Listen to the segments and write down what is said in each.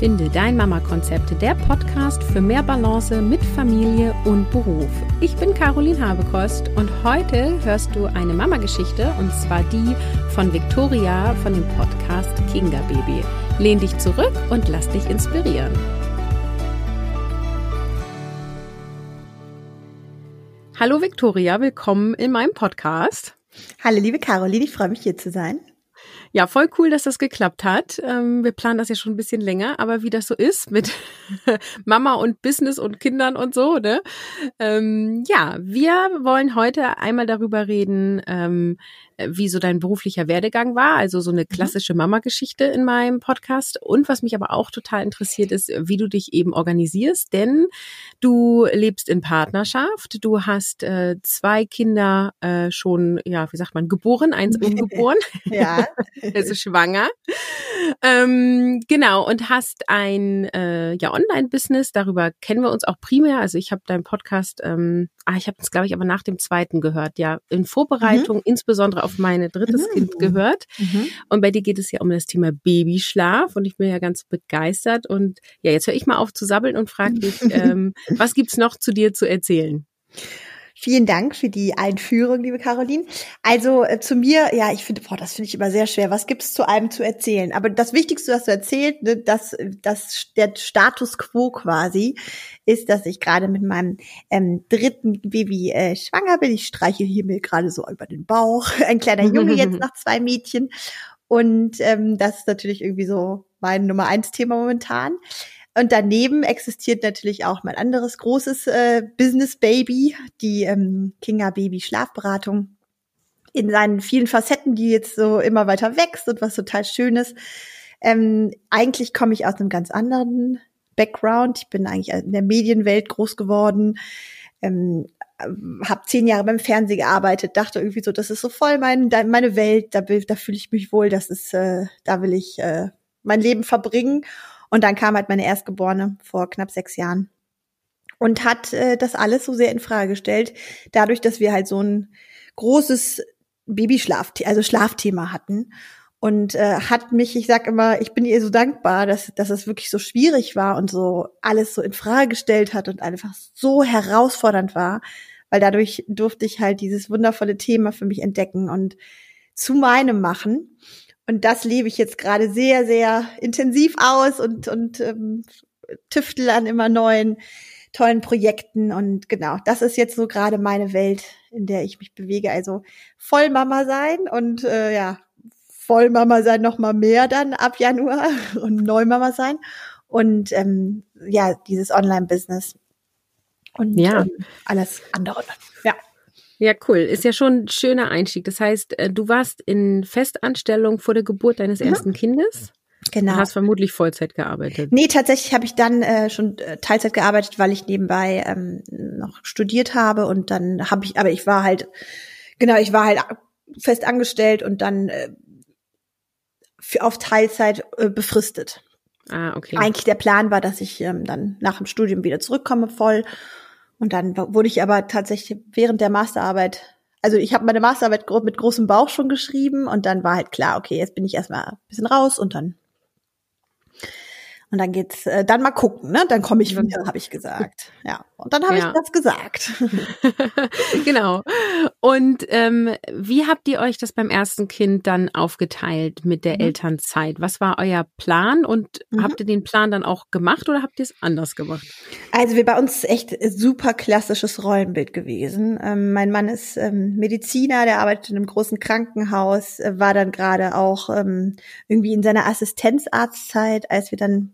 Finde dein Mama-Konzept, der Podcast für mehr Balance mit Familie und Beruf. Ich bin Caroline Habekost und heute hörst du eine Mama-Geschichte und zwar die von Victoria von dem Podcast Kinga-Baby. Lehn dich zurück und lass dich inspirieren. Hallo Victoria, willkommen in meinem Podcast. Hallo liebe Caroline, ich freue mich hier zu sein. Ja, voll cool, dass das geklappt hat. Wir planen das ja schon ein bisschen länger, aber wie das so ist mit Mama und Business und Kindern und so, ne? Ja, wir wollen heute einmal darüber reden, wie so dein beruflicher Werdegang war, also so eine klassische Mama-Geschichte in meinem Podcast. Und was mich aber auch total interessiert ist, wie du dich eben organisierst, denn du lebst in Partnerschaft, du hast 2 Kinder schon, ja, wie sagt man, geboren, 1 ungeboren. Ja. Also schwanger. Genau, und hast ein Online-Business, darüber kennen wir uns auch primär. Also ich habe deinen Podcast, ich habe es, glaube ich, aber nach dem 2. gehört, ja, in Vorbereitung, insbesondere auf mein 3. Kind gehört. Und bei dir geht es ja um das Thema Babyschlaf und ich bin ja ganz begeistert. Und ja, jetzt höre ich mal auf zu sabbeln und frage dich, was gibt's noch zu dir zu erzählen? Vielen Dank für die Einführung, liebe Caroline. Also zu mir, ja, das finde ich immer sehr schwer. Was gibt's zu einem zu erzählen? Aber das Wichtigste, was du erzählt, ne, dass der Status quo quasi ist, dass ich gerade mit meinem 3. Baby schwanger bin. Ich streiche hier mir gerade so über den Bauch. Ein kleiner Junge jetzt nach 2 Mädchen. Und das ist natürlich irgendwie so mein Nummer 1 Thema momentan. Und daneben existiert natürlich auch mein anderes großes Business-Baby, die Kinga-Baby Schlafberatung in seinen vielen Facetten, die jetzt so immer weiter wächst und was total schön ist. Eigentlich komme ich aus einem ganz anderen Background. Ich bin eigentlich in der Medienwelt groß geworden, habe 10 Jahre beim Fernsehen gearbeitet, dachte irgendwie so, das ist so voll meine Welt, da fühle ich mich wohl, da will ich mein Leben verbringen. Und dann kam halt meine Erstgeborene vor knapp 6 Jahren und hat das alles so sehr in Frage gestellt, dadurch, dass wir halt so ein großes Schlafthema hatten und hat mich, ich sag immer, ich bin ihr so dankbar, dass es wirklich so schwierig war und so alles so in Frage gestellt hat und einfach so herausfordernd war, weil dadurch durfte ich halt dieses wundervolle Thema für mich entdecken und zu meinem machen. Und das lebe ich jetzt gerade sehr, sehr intensiv aus und tüftel an immer neuen, tollen Projekten. Und genau, das ist jetzt so gerade meine Welt, in der ich mich bewege. Also voll Mama sein und voll Mama sein noch mal mehr dann ab Januar und Neumama sein. Und dieses Online-Business und alles andere. Ja. Ja, cool. Ist ja schon ein schöner Einstieg. Das heißt, du warst in Festanstellung vor der Geburt deines ersten Kindes? Genau. Du hast vermutlich Vollzeit gearbeitet. Nee, tatsächlich habe ich dann schon Teilzeit gearbeitet, weil ich nebenbei noch studiert habe und dann ich war halt fest angestellt und dann auf Teilzeit befristet. Ah, okay. Eigentlich der Plan war, dass ich dann nach dem Studium wieder zurückkomme voll. Und dann wurde ich aber tatsächlich während der Masterarbeit, also ich habe meine Masterarbeit mit großem Bauch schon geschrieben und dann war halt klar, okay, jetzt bin ich erstmal ein bisschen raus und dann geht's, dann mal gucken, ne? Dann komme ich wieder, habe ich gesagt. Ja, und dann habe ich das gesagt. Genau. Und wie habt ihr euch das beim ersten Kind dann aufgeteilt mit der Elternzeit? Was war euer Plan und habt ihr den Plan dann auch gemacht oder habt ihr es anders gemacht? Also bei uns echt super klassisches Rollenbild gewesen. Mein Mann ist Mediziner, der arbeitet in einem großen Krankenhaus, war dann gerade auch irgendwie in seiner Assistenzarztzeit, als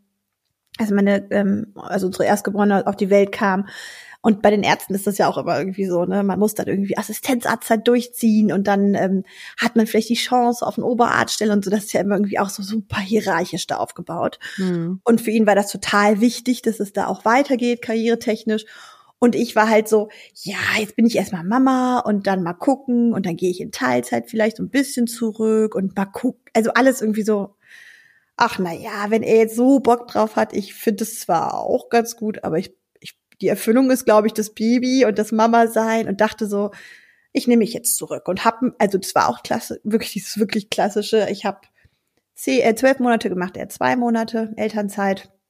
unsere Erstgeborene auf die Welt kam. Und bei den Ärzten ist das ja auch immer irgendwie so, ne, man muss dann irgendwie Assistenzarztzeit durchziehen und dann hat man vielleicht die Chance auf eine Oberarztstelle und so, das ist ja immer irgendwie auch so super hierarchisch da aufgebaut. Und für ihn war das total wichtig, dass es da auch weitergeht, karrieretechnisch. Und ich war halt so, ja, jetzt bin ich erstmal Mama und dann mal gucken und dann gehe ich in Teilzeit vielleicht so ein bisschen zurück und mal gucken. Also alles irgendwie so, ach na ja, wenn er jetzt so Bock drauf hat, ich finde es zwar auch ganz gut, aber die Erfüllung ist, glaube ich, das Baby und das Mama-Sein und dachte so, ich nehme mich jetzt zurück und das war auch klasse, wirklich dieses wirklich klassische, ich habe 12 Monate gemacht, er 2 Monate Elternzeit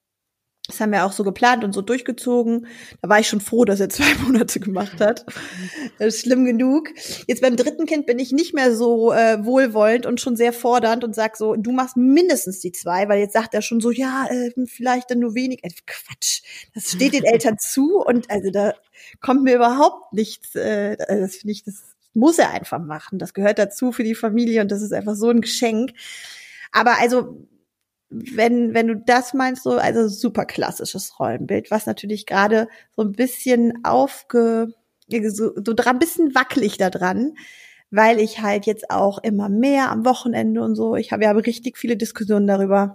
Das haben wir auch so geplant und so durchgezogen. Da war ich schon froh, dass er 2 Monate gemacht hat. Das ist schlimm genug. Jetzt beim dritten Kind bin ich nicht mehr so wohlwollend und schon sehr fordernd und sag so, du machst mindestens die 2, weil jetzt sagt er schon so, ja, vielleicht dann nur wenig. Quatsch, das steht den Eltern zu und also da kommt mir überhaupt nichts. Das finde ich, das muss er einfach machen. Das gehört dazu für die Familie und das ist einfach so ein Geschenk. Aber also wenn du das meinst, so, also super klassisches Rollenbild, was natürlich gerade so ein bisschen so dran, bisschen wackelig da dran, weil ich halt jetzt auch immer mehr am Wochenende und so, wir haben richtig viele Diskussionen darüber,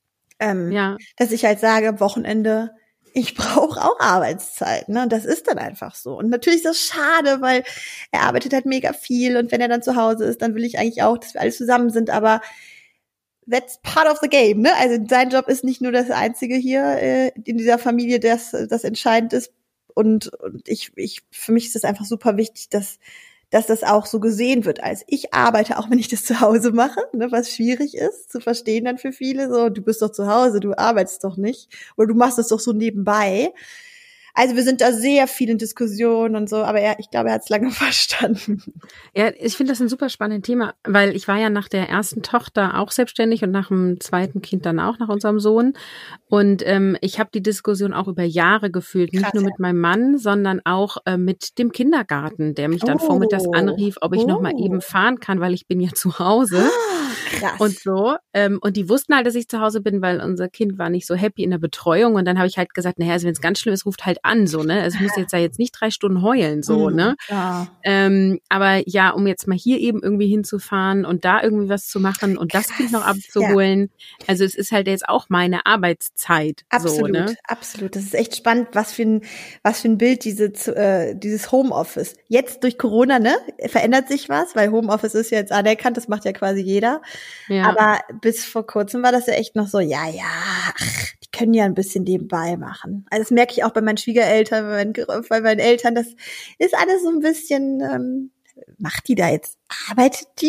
dass ich halt sage, am Wochenende, ich brauche auch Arbeitszeit, ne? Und das ist dann einfach so. Und natürlich ist das schade, weil er arbeitet halt mega viel und wenn er dann zu Hause ist, dann will ich eigentlich auch, dass wir alle zusammen sind, aber that's part of the game, ne? Also sein Job ist nicht nur das Einzige hier in dieser Familie, das entscheidend ist. Und für mich ist das einfach super wichtig, dass das auch so gesehen wird, als ich arbeite, auch wenn ich das zu Hause mache, ne, was schwierig ist, zu verstehen dann für viele, so, du bist doch zu Hause, du arbeitest doch nicht, oder du machst das doch so nebenbei. Also wir sind da sehr viel in Diskussionen und so, aber ich glaube, er hat es lange verstanden. Ja, ich finde das ein super spannendes Thema, weil ich war ja nach der ersten Tochter auch selbstständig und nach dem zweiten Kind dann auch, nach unserem Sohn. Und ich habe die Diskussion auch über Jahre geführt, nicht nur mit meinem Mann, sondern auch mit dem Kindergarten, der mich dann vormittags anrief, ob ich noch mal eben fahren kann, weil ich bin ja zu Hause. Krass. Und so. Und die wussten halt, dass ich zu Hause bin, weil unser Kind war nicht so happy in der Betreuung. Und dann habe ich halt gesagt, naja, also wenn es ganz schlimm ist, ruft halt an, so, ne? Es muss jetzt ja jetzt nicht 3 Stunden heulen, so, ne? Ja. Aber ja, um jetzt mal hier eben irgendwie hinzufahren und da irgendwie was zu machen und das Kind noch abzuholen. Ja. Also es ist halt jetzt auch meine Arbeitszeit. Absolut, so, ne? Absolut. Das ist echt spannend, was für ein Bild dieses Homeoffice. Jetzt durch Corona, ne, verändert sich was, weil Homeoffice ist ja jetzt anerkannt, das macht ja quasi jeder. Ja. Aber bis vor kurzem war das ja echt noch so, die können ja ein bisschen nebenbei machen. Also das merke ich auch bei meinen Schwiegereltern, bei meinen Eltern, das ist alles so ein bisschen, macht die da jetzt, arbeitet die?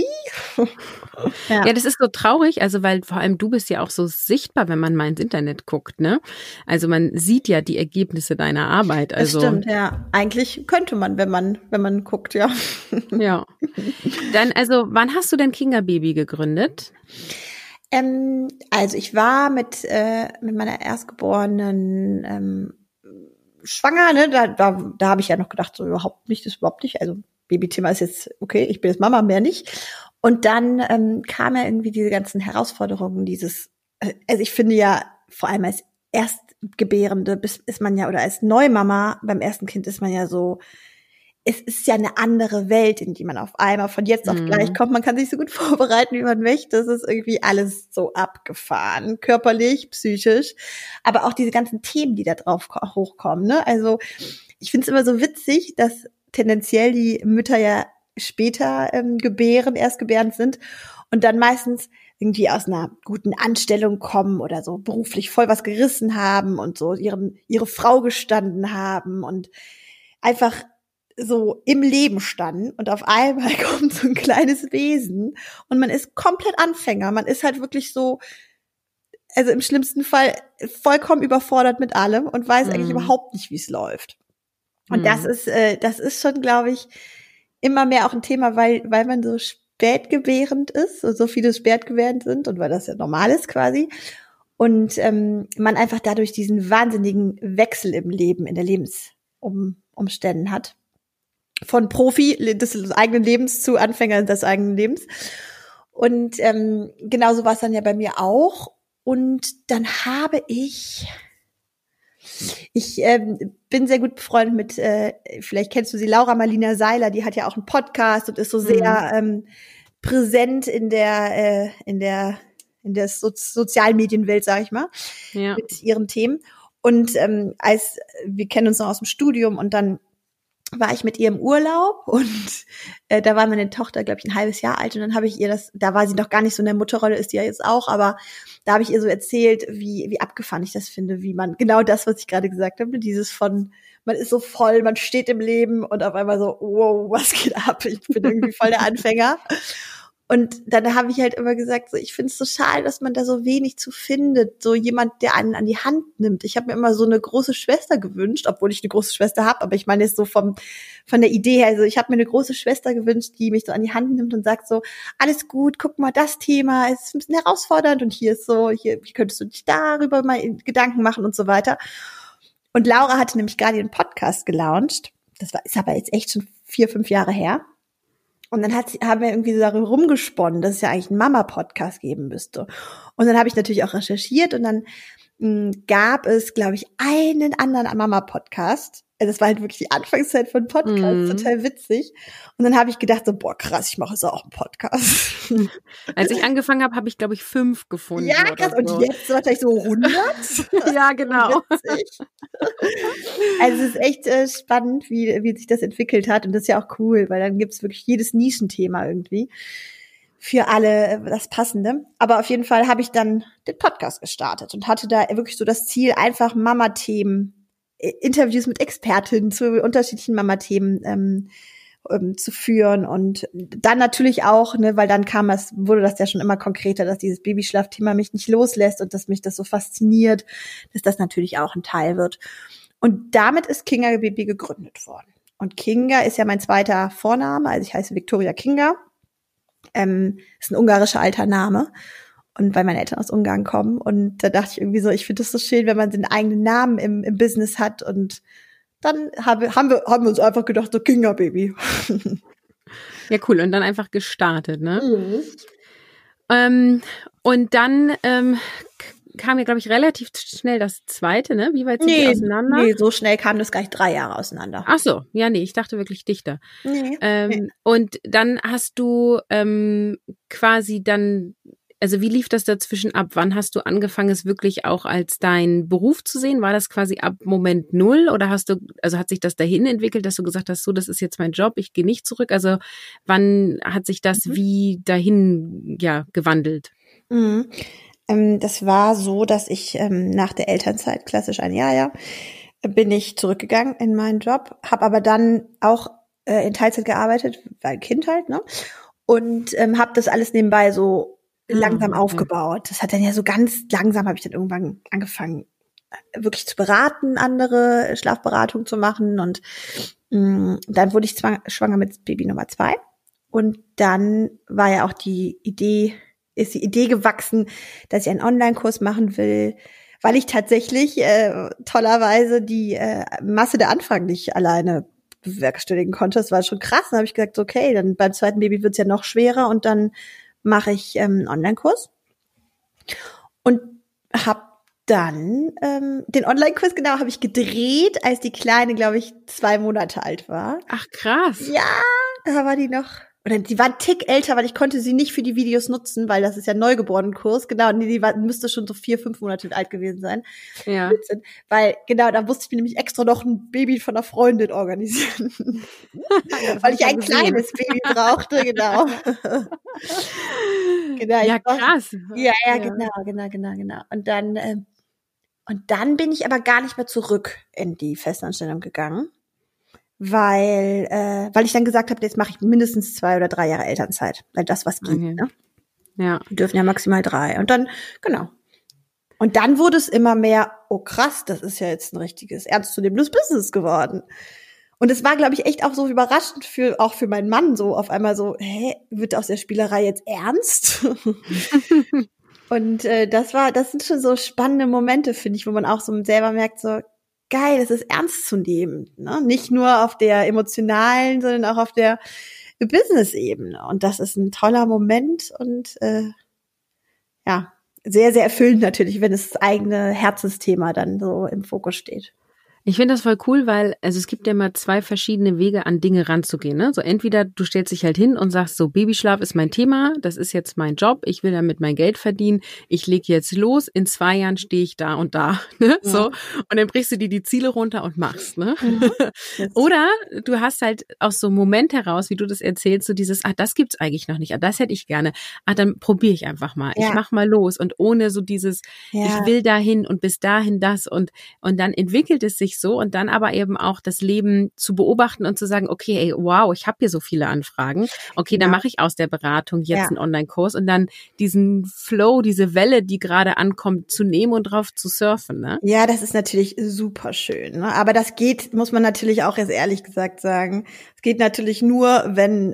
Ja, das ist so traurig, also weil vor allem du bist ja auch so sichtbar, wenn man mal ins Internet guckt, ne? Also man sieht ja die Ergebnisse deiner Arbeit. Also das stimmt, ja. Eigentlich könnte man, wenn man guckt, ja. Ja. Dann, also wann hast du denn Kinga-Baby gegründet? Also ich war mit meiner Erstgeborenen schwanger, ne? Da habe ich ja noch gedacht, so überhaupt nicht. Also Babythema ist jetzt okay, ich bin jetzt Mama, mehr nicht. Und dann kam ja irgendwie diese ganzen Herausforderungen, also ich finde ja, vor allem als Erstgebärende ist man ja, oder als Neumama beim ersten Kind ist man ja so, es ist ja eine andere Welt, in die man auf einmal von jetzt auf gleich kommt. Man kann sich so gut vorbereiten, wie man möchte. Das ist irgendwie alles so abgefahren, körperlich, psychisch. Aber auch diese ganzen Themen, die da drauf hochkommen, ne? Also ich finde es immer so witzig, dass tendenziell die Mütter ja später erstgebärend sind und dann meistens irgendwie aus einer guten Anstellung kommen oder so beruflich voll was gerissen haben und so ihre Frau gestanden haben und einfach so im Leben standen und auf einmal kommt so ein kleines Wesen und man ist komplett Anfänger. Man ist halt wirklich so, also im schlimmsten Fall vollkommen überfordert mit allem und weiß eigentlich überhaupt nicht, wie es läuft. Und das ist schon, glaube ich, immer mehr auch ein Thema, weil man so spätgebärend ist, so viele spätgebärend sind und weil das ja normal ist quasi. Und man einfach dadurch diesen wahnsinnigen Wechsel im Leben, in der Lebensumständen hat. Von Profi des eigenen Lebens zu Anfänger des eigenen Lebens. Und genauso war es dann ja bei mir auch. Und dann habe ich bin sehr gut befreundet mit, vielleicht kennst du sie, Laura Marlina Seiler, die hat ja auch einen Podcast und ist so sehr präsent in der sozialen Medienwelt, sag ich mal, mit ihren Themen. Und wir kennen uns noch aus dem Studium und dann war ich mit ihr im Urlaub und da war meine Tochter, glaube ich, ein halbes Jahr alt und dann habe ich ihr da war sie noch gar nicht so in der Mutterrolle, ist die ja jetzt auch, aber da habe ich ihr so erzählt, wie abgefahren ich das finde, wie man, genau das, was ich gerade gesagt habe, dieses von, man ist so voll, man steht im Leben und auf einmal so, wow, was geht ab? Ich bin irgendwie voll der Anfänger. Und dann habe ich halt immer gesagt, so, ich finde es so schade, dass man da so wenig zu findet, so jemand, der einen an die Hand nimmt. Ich habe mir immer so eine große Schwester gewünscht, obwohl ich eine große Schwester habe, aber ich meine jetzt so von der Idee her, also ich habe mir eine große Schwester gewünscht, die mich so an die Hand nimmt und sagt so, alles gut, guck mal, das Thema ist ein bisschen herausfordernd und hier ist so, hier könntest du dich darüber mal Gedanken machen und so weiter. Und Laura hatte nämlich gerade ihren Podcast gelauncht. Ist aber jetzt echt schon 4, 5 Jahre her. Und dann haben wir irgendwie so darüber rumgesponnen, dass es ja eigentlich einen Mama-Podcast geben müsste. Und dann habe ich natürlich auch recherchiert und dann gab es, glaube ich, einen anderen Mama-Podcast. Also das war halt wirklich die Anfangszeit von Podcasts, total witzig. Und dann habe ich gedacht so, boah, krass, ich mache jetzt auch einen Podcast. Als ich angefangen habe, habe ich, glaube ich, 5 gefunden. Ja, krass. So. Und jetzt wahrscheinlich so 100. Ja, genau. Witzig. Also es ist echt spannend, wie sich das entwickelt hat. Und das ist ja auch cool, weil dann gibt's wirklich jedes Nischenthema irgendwie für alle das Passende. Aber auf jeden Fall habe ich dann den Podcast gestartet und hatte da wirklich so das Ziel, einfach Mama-Themen, Interviews mit Expertinnen zu unterschiedlichen Mama-Themen zu führen und dann natürlich auch, ne, weil dann wurde das ja schon immer konkreter, dass dieses Babyschlafthema mich nicht loslässt und dass mich das so fasziniert, dass das natürlich auch ein Teil wird. Und damit ist Kinga Baby gegründet worden. Und Kinga ist ja mein zweiter Vorname, also ich heiße Viktoria Kinga. Ist ein ungarischer alter Name. Und weil meine Eltern aus Ungarn kommen. Und da dachte ich irgendwie so, ich finde das so schön, wenn man den eigenen Namen im Business hat. Und dann haben wir uns einfach gedacht, so Kinga Baby. Ja, cool. Und dann einfach gestartet, ne? Und dann kam ja, glaube ich, relativ schnell das zweite, ne? Wie weit sind die auseinander? Nee, so schnell kam das gleich 3 Jahre auseinander. Ach so, ja, nee, ich dachte wirklich dichter. Nee. Und dann hast du quasi dann, also wie lief das dazwischen ab? Wann hast du angefangen, es wirklich auch als dein Beruf zu sehen? War das quasi ab Moment 0 oder hat sich das dahin entwickelt, dass du gesagt hast, so, das ist jetzt mein Job, ich gehe nicht zurück? Also wann hat sich das wie dahin, ja, gewandelt? Das war so, dass ich nach der Elternzeit, klassisch ein Jahr, ja, bin ich zurückgegangen in meinen Job, habe aber dann auch in Teilzeit gearbeitet, weil Kind halt, ne? Und habe das alles nebenbei so langsam aufgebaut. Das hat dann ja so ganz langsam, habe ich dann irgendwann angefangen, wirklich zu beraten, andere Schlafberatung zu machen. Und dann wurde ich schwanger mit Baby Nummer 2. Und dann war ja auch ist die Idee gewachsen, dass ich einen Online-Kurs machen will, weil ich tatsächlich tollerweise die Masse der Anfragen nicht alleine bewerkstelligen konnte. Das war schon krass. Dann habe ich gesagt, okay, dann beim zweiten Baby wird's ja noch schwerer und dann mache ich einen Online-Kurs und habe dann den Online-Kurs, genau, habe ich gedreht, als die Kleine, glaube ich, 2 Monate alt war. Ach, krass. Ja, da war die noch, oder die war ein Tick älter, weil ich konnte sie nicht für die Videos nutzen, weil das ist ja ein Neugeborenenkurs, genau, und die müsste schon so 4, 5 Monate alt gewesen sein. Ja. Weil, genau, da musste ich mir nämlich extra noch ein Baby von einer Freundin organisieren. Weil ich ein kleines Baby brauchte, genau. Genau. Ja, krass. Ja, genau. Und dann bin ich aber gar nicht mehr zurück in die Festanstellung gegangen. Weil ich dann gesagt habe, jetzt mache ich mindestens 2 oder 3 Jahre Elternzeit, weil das was geht, Okay. ne? Ja. Wir dürfen ja maximal 3. Und dann, genau. Und dann wurde es immer mehr, oh krass, das ist ja jetzt ein richtiges, ernstzunehmendes Business geworden. Und es war, glaube ich, echt auch so überraschend auch für meinen Mann so auf einmal so, wird aus der Spielerei jetzt ernst? Und das sind schon so spannende Momente, finde ich, wo man auch so selber merkt, so, geil, das ist ernst zu nehmen, ne? Nicht nur auf der emotionalen, sondern auch auf der Business-Ebene. Und das ist ein toller Moment und ja, sehr, sehr erfüllend natürlich, wenn das eigene Herzensthema dann so im Fokus steht. Ich finde das voll cool, weil es gibt ja immer 2 verschiedene Wege, an Dinge ranzugehen. Ne? So entweder du stellst dich halt hin und sagst so, Babyschlaf ist mein Thema, das ist jetzt mein Job, ich will damit mein Geld verdienen, ich lege jetzt los, in 2 Jahren stehe ich da und da. Ne? Ja. So, und dann brichst du dir die Ziele runter und machst. Ne? Mhm. Oder du hast halt aus so einem Moment heraus, wie du das erzählst, so dieses, das gibt's eigentlich noch nicht, das hätte ich gerne. Dann probiere ich einfach mal, ich mach mal los und ohne so dieses, ich will dahin und bis dahin das und dann entwickelt es sich nicht so. Und dann aber eben auch das Leben zu beobachten und zu sagen, okay, ey, wow, ich habe hier so viele Anfragen. Okay, dann mache ich aus der Beratung jetzt einen Online-Kurs und dann diesen Flow, diese Welle, die gerade ankommt, zu nehmen und drauf zu surfen, ne? Ja, das ist natürlich super schön, ne? Aber das geht, muss man natürlich auch jetzt ehrlich gesagt sagen. Es geht natürlich nur, wenn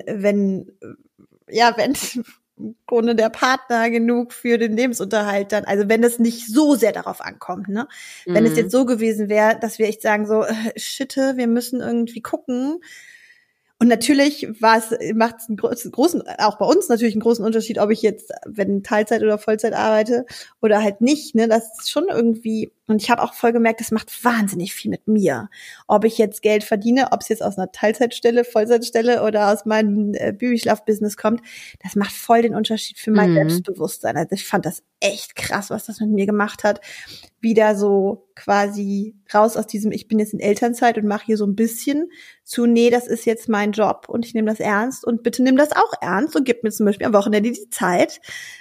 im Grunde der Partner genug für den Lebensunterhalt dann, also wenn es nicht so sehr darauf ankommt, ne? Wenn es jetzt so gewesen wäre, dass wir echt sagen so, Schitte, wir müssen irgendwie gucken. Und natürlich macht es einen großen, auch bei uns natürlich einen großen Unterschied, ob ich jetzt, wenn Teilzeit oder Vollzeit arbeite oder halt nicht, ne, das ist schon irgendwie, und ich habe auch voll gemerkt, das macht wahnsinnig viel mit mir. Ob ich jetzt Geld verdiene, ob es jetzt aus einer Teilzeitstelle, Vollzeitstelle oder aus meinem Babyschlaf-Business kommt, das macht voll den Unterschied für mein Selbstbewusstsein. Also ich fand das echt krass, was das mit mir gemacht hat. Wieder so quasi raus aus diesem, ich bin jetzt in Elternzeit und mache hier so ein bisschen zu, nee, das ist jetzt mein Job und ich nehme das ernst und bitte nimm das auch ernst und gib mir zum Beispiel am Wochenende die Zeit.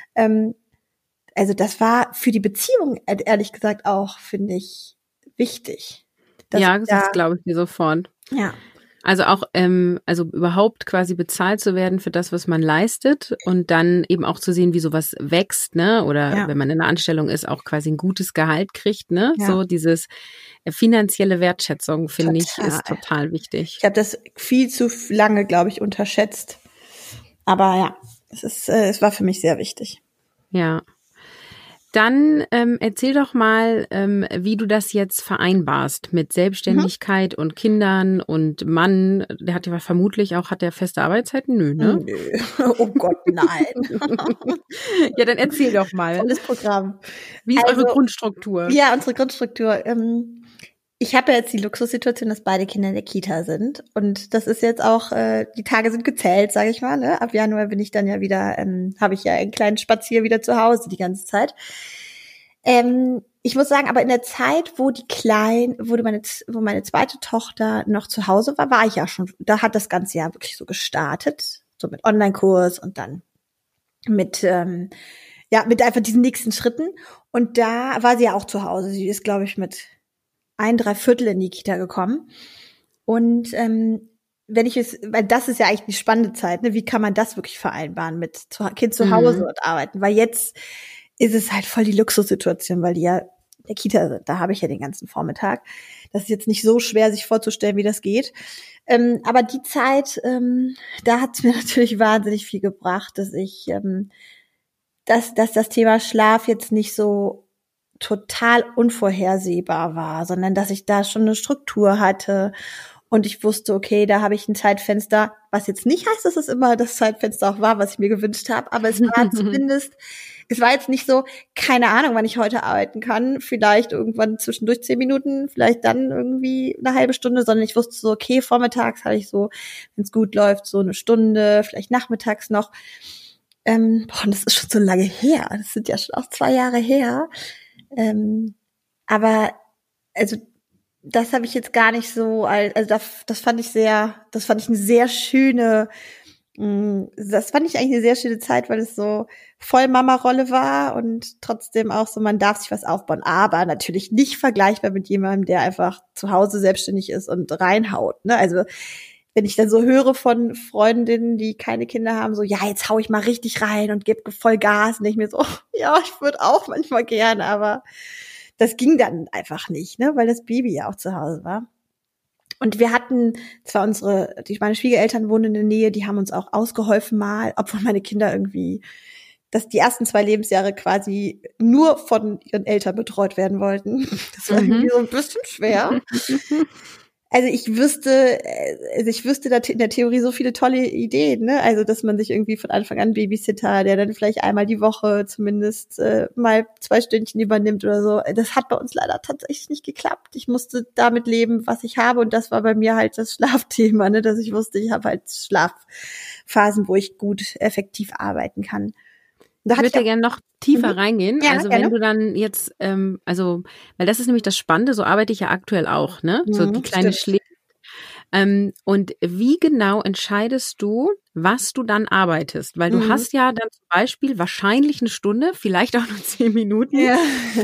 Also das war für die Beziehung, ehrlich gesagt, auch, finde ich, wichtig. Ja, das glaube ich dir sofort. Ja. Also auch, also überhaupt quasi bezahlt zu werden für das, was man leistet und dann eben auch zu sehen, wie sowas wächst, ne? Oder wenn man in einer Anstellung ist, auch quasi ein gutes Gehalt kriegt, ne? Ja. So dieses finanzielle Wertschätzung, finde ich, ist total wichtig. Ich habe das viel zu lange, glaube ich, unterschätzt. Aber ja, es war für mich sehr wichtig. Ja. Dann erzähl doch mal, wie du das jetzt vereinbarst mit Selbstständigkeit und Kindern und Mann. Der hat ja vermutlich auch, hat der feste Arbeitszeiten? Nö, ne? Nö. Oh Gott, nein. Ja, dann erzähl doch mal. Volles Programm. Wie ist eure Grundstruktur? Ja, unsere Grundstruktur. Ich habe ja jetzt die Luxussituation, dass beide Kinder in der Kita sind. Und das ist jetzt auch, die Tage sind gezählt, sage ich mal. Ne? Ab Januar bin ich dann ja wieder, habe ich ja einen kleinen Spazier wieder zu Hause die ganze Zeit. Ich muss sagen, aber in der Zeit, wo meine zweite Tochter noch zu Hause war, war ich ja schon, da hat das ganze Jahr wirklich so gestartet. So mit Online-Kurs und dann mit einfach diesen nächsten Schritten. Und da war sie ja auch zu Hause. Sie ist, glaube ich, mit 1/3 in die Kita gekommen. Und weil das ist ja eigentlich die spannende Zeit, ne? Wie kann man das wirklich vereinbaren mit Kind zu Hause und arbeiten? Weil jetzt ist es halt voll die Luxussituation, weil die ja in der Kita sind. Da habe ich ja den ganzen Vormittag. Das ist jetzt nicht so schwer, sich vorzustellen, wie das geht. Aber die Zeit, da hat es mir natürlich wahnsinnig viel gebracht, dass ich, dass das Thema Schlaf jetzt nicht so total unvorhersehbar war, sondern dass ich da schon eine Struktur hatte und ich wusste, okay, da habe ich ein Zeitfenster, was jetzt nicht heißt, dass es immer das Zeitfenster auch war, was ich mir gewünscht habe, aber es war zumindest, es war jetzt nicht so, keine Ahnung, wann ich heute arbeiten kann, vielleicht irgendwann zwischendurch 10 Minuten, vielleicht dann irgendwie eine halbe Stunde, sondern ich wusste so, okay, vormittags habe ich so, wenn es gut läuft, so eine Stunde, vielleicht nachmittags noch. Und das ist schon so lange her, das sind ja schon auch 2 Jahre her. Aber also das habe ich jetzt gar nicht so, also das fand ich eine sehr schöne, das fand ich eigentlich eine sehr schöne Zeit, weil es so voll Mama-Rolle war und trotzdem auch so, man darf sich was aufbauen, aber natürlich nicht vergleichbar mit jemandem, der einfach zu Hause selbstständig ist und reinhaut, ne? Also wenn ich dann so höre von Freundinnen, die keine Kinder haben, so, ja, jetzt hau ich mal richtig rein und gebe voll Gas. Und ich mir so, ja, ich würde auch manchmal gerne, aber das ging dann einfach nicht, ne, weil das Baby ja auch zu Hause war. Und wir hatten zwar meine Schwiegereltern wohnen in der Nähe, die haben uns auch ausgeholfen mal, obwohl meine Kinder irgendwie, dass die ersten 2 Lebensjahre quasi nur von ihren Eltern betreut werden wollten. Das war irgendwie so ein bisschen schwer. Also ich wüsste da in der Theorie so viele tolle Ideen, ne? Also, dass man sich irgendwie von Anfang an Babysitter, der dann vielleicht einmal die Woche zumindest mal 2 Stündchen übernimmt oder so. Das hat bei uns leider tatsächlich nicht geklappt. Ich musste damit leben, was ich habe, und das war bei mir halt das Schlafthema, ne? Dass ich wusste, ich habe halt Schlafphasen, wo ich gut effektiv arbeiten kann. Ich würde ja gerne noch tiefer reingehen. Ja, also gerne. wenn du dann jetzt, weil das ist nämlich das Spannende, so arbeite ich ja aktuell auch, ne? So die kleine Schläge. Und wie genau entscheidest du, was du dann arbeitest? Weil du hast ja dann zum Beispiel wahrscheinlich eine Stunde, vielleicht auch nur 10 Minuten. Ja.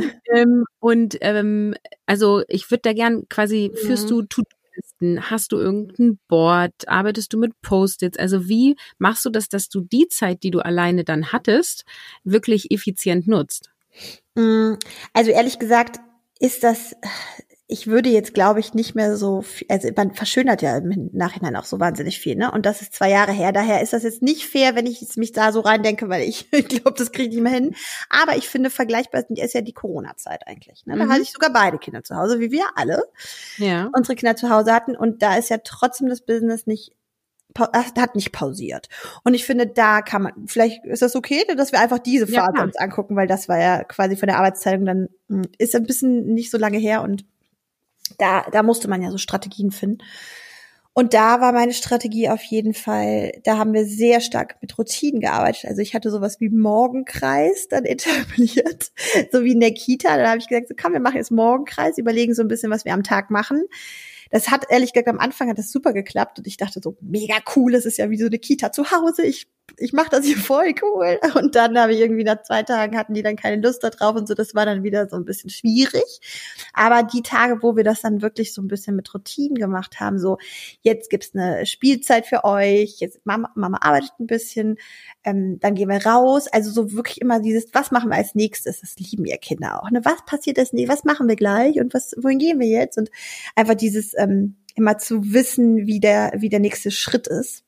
Also ich würde da gern quasi, führst du To-Do-Listen, hast du irgendein Board, arbeitest du mit Post-its? Also wie machst du das, dass du die Zeit, die du alleine dann hattest, wirklich effizient nutzt? Also ehrlich gesagt ist das, ich würde jetzt, glaube ich, nicht mehr so viel, also man verschönert ja im Nachhinein auch so wahnsinnig viel, ne? Und das ist 2 Jahre her. Daher ist das jetzt nicht fair, wenn ich jetzt mich da so reindenke, weil ich glaube, das kriege ich nicht mehr hin. Aber ich finde, vergleichbar ist ja die Corona-Zeit eigentlich. Ne? Da hatte ich sogar beide Kinder zu Hause, wie wir alle unsere Kinder zu Hause hatten. Und da ist ja trotzdem das Business hat nicht pausiert. Und ich finde, da kann man, vielleicht ist das okay, dass wir einfach diese Phase uns angucken, weil das war ja quasi von der Arbeitsteilung dann, ist ein bisschen nicht so lange her und da musste man ja so Strategien finden. Und da war meine Strategie auf jeden Fall, da haben wir sehr stark mit Routinen gearbeitet. Also ich hatte sowas wie Morgenkreis dann etabliert, so wie in der Kita. Da habe ich gesagt, so komm, wir machen jetzt Morgenkreis, überlegen so ein bisschen, was wir am Tag machen. Das hat, ehrlich gesagt, am Anfang hat das super geklappt und ich dachte so, mega cool, das ist ja wie so eine Kita zu Hause, ich mache das hier voll cool. Und dann habe ich irgendwie nach 2 Tagen hatten die dann keine Lust da drauf und so, das war dann wieder so ein bisschen schwierig. Aber die Tage, wo wir das dann wirklich so ein bisschen mit Routinen gemacht haben, so jetzt gibt's eine Spielzeit für euch, jetzt Mama arbeitet ein bisschen, dann gehen wir raus. Also so wirklich immer dieses, was machen wir als nächstes? Das lieben ja Kinder auch. Ne? Was passiert als nächstes? Was machen wir gleich? Und wohin gehen wir jetzt? Und einfach dieses immer zu wissen, wie der nächste Schritt ist.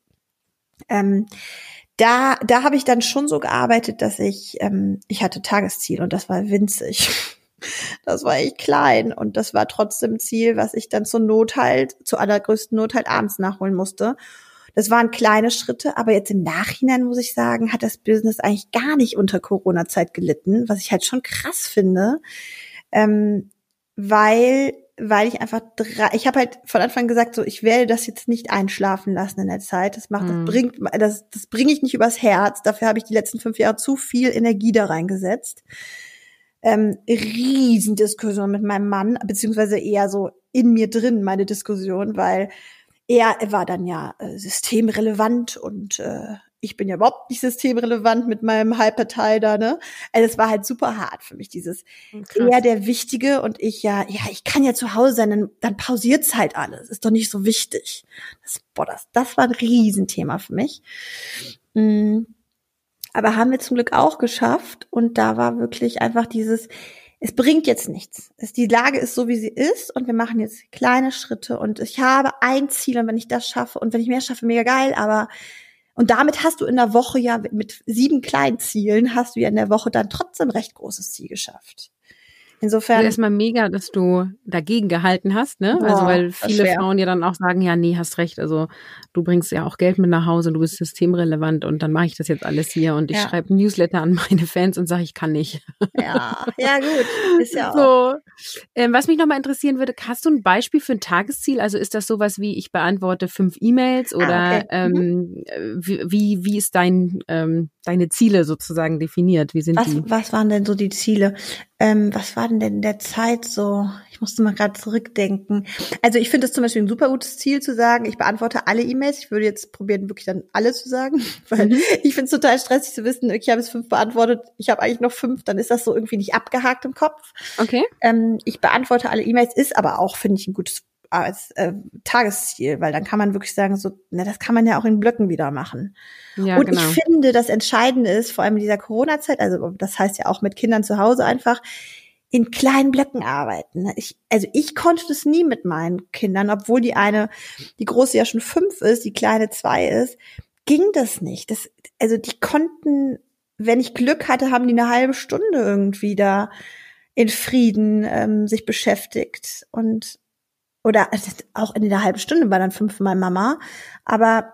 Da habe ich dann schon so gearbeitet, dass ich hatte Tagesziel und das war winzig. Das war echt klein und das war trotzdem Ziel, was ich dann zur allergrößten Not halt abends nachholen musste. Das waren kleine Schritte, aber jetzt im Nachhinein muss ich sagen, hat das Business eigentlich gar nicht unter Corona-Zeit gelitten, was ich halt schon krass finde, weil ich einfach ich habe halt von Anfang gesagt, so ich werde das jetzt nicht einschlafen lassen in der Zeit. Das bringe ich nicht übers Herz. Dafür habe ich die letzten 5 Jahre zu viel Energie da reingesetzt. Riesendiskussion mit meinem Mann, beziehungsweise eher so in mir drin meine Diskussion, weil er war dann ja systemrelevant und ich bin ja überhaupt nicht systemrelevant mit meinem Hyperteil da, ne? Also es war halt super hart für mich, dieses eher der Wichtige und ich ich kann ja zu Hause sein, dann pausiert's halt alles, ist doch nicht so wichtig. Das war ein Riesenthema für mich. Aber haben wir zum Glück auch geschafft und da war wirklich einfach dieses, es bringt jetzt nichts. Die Lage ist so, wie sie ist und wir machen jetzt kleine Schritte und ich habe ein Ziel und wenn ich das schaffe und wenn ich mehr schaffe, mega geil, und damit hast du in der Woche ja mit 7 kleinen Zielen, hast du ja in der Woche dann trotzdem ein recht großes Ziel geschafft. Insofern. Also erstmal mega, dass du dagegen gehalten hast, ne? Also weil viele Frauen ja dann auch sagen, ja, nee, hast recht. Also du bringst ja auch Geld mit nach Hause, du bist systemrelevant und dann mache ich das jetzt alles hier und ich schreibe ein Newsletter an meine Fans und sage, ich kann nicht. Ja, gut, ist ja auch. So, was mich nochmal interessieren würde, hast du ein Beispiel für ein Tagesziel? Also ist das sowas wie, ich beantworte 5 E-Mails oder wie ist deine Ziele sozusagen definiert? Wie sind die? Was waren denn so die Ziele? Was war denn in der Zeit so? Ich musste mal gerade zurückdenken. Also ich finde es zum Beispiel ein super gutes Ziel zu sagen, ich beantworte alle E-Mails. Ich würde jetzt probieren, wirklich dann alle zu sagen, weil ich finde es total stressig zu wissen, ich habe jetzt 5 beantwortet, ich habe eigentlich noch 5, dann ist das so irgendwie nicht abgehakt im Kopf. Okay. Ich beantworte alle E-Mails, ist aber auch, finde ich, ein gutes Tagesziel, weil dann kann man wirklich sagen, so, das kann man ja auch in Blöcken wieder machen. Ja, und genau. Ich finde, das Entscheidende ist, vor allem in dieser Corona-Zeit, also das heißt ja auch mit Kindern zu Hause einfach, in kleinen Blöcken arbeiten. Ich konnte das nie mit meinen Kindern, obwohl die große ja schon 5 ist, die kleine 2 ist, ging das nicht. Die konnten, wenn ich Glück hatte, haben die eine halbe Stunde irgendwie da in Frieden sich beschäftigt oder auch in der halben Stunde war dann 5-mal Mama, aber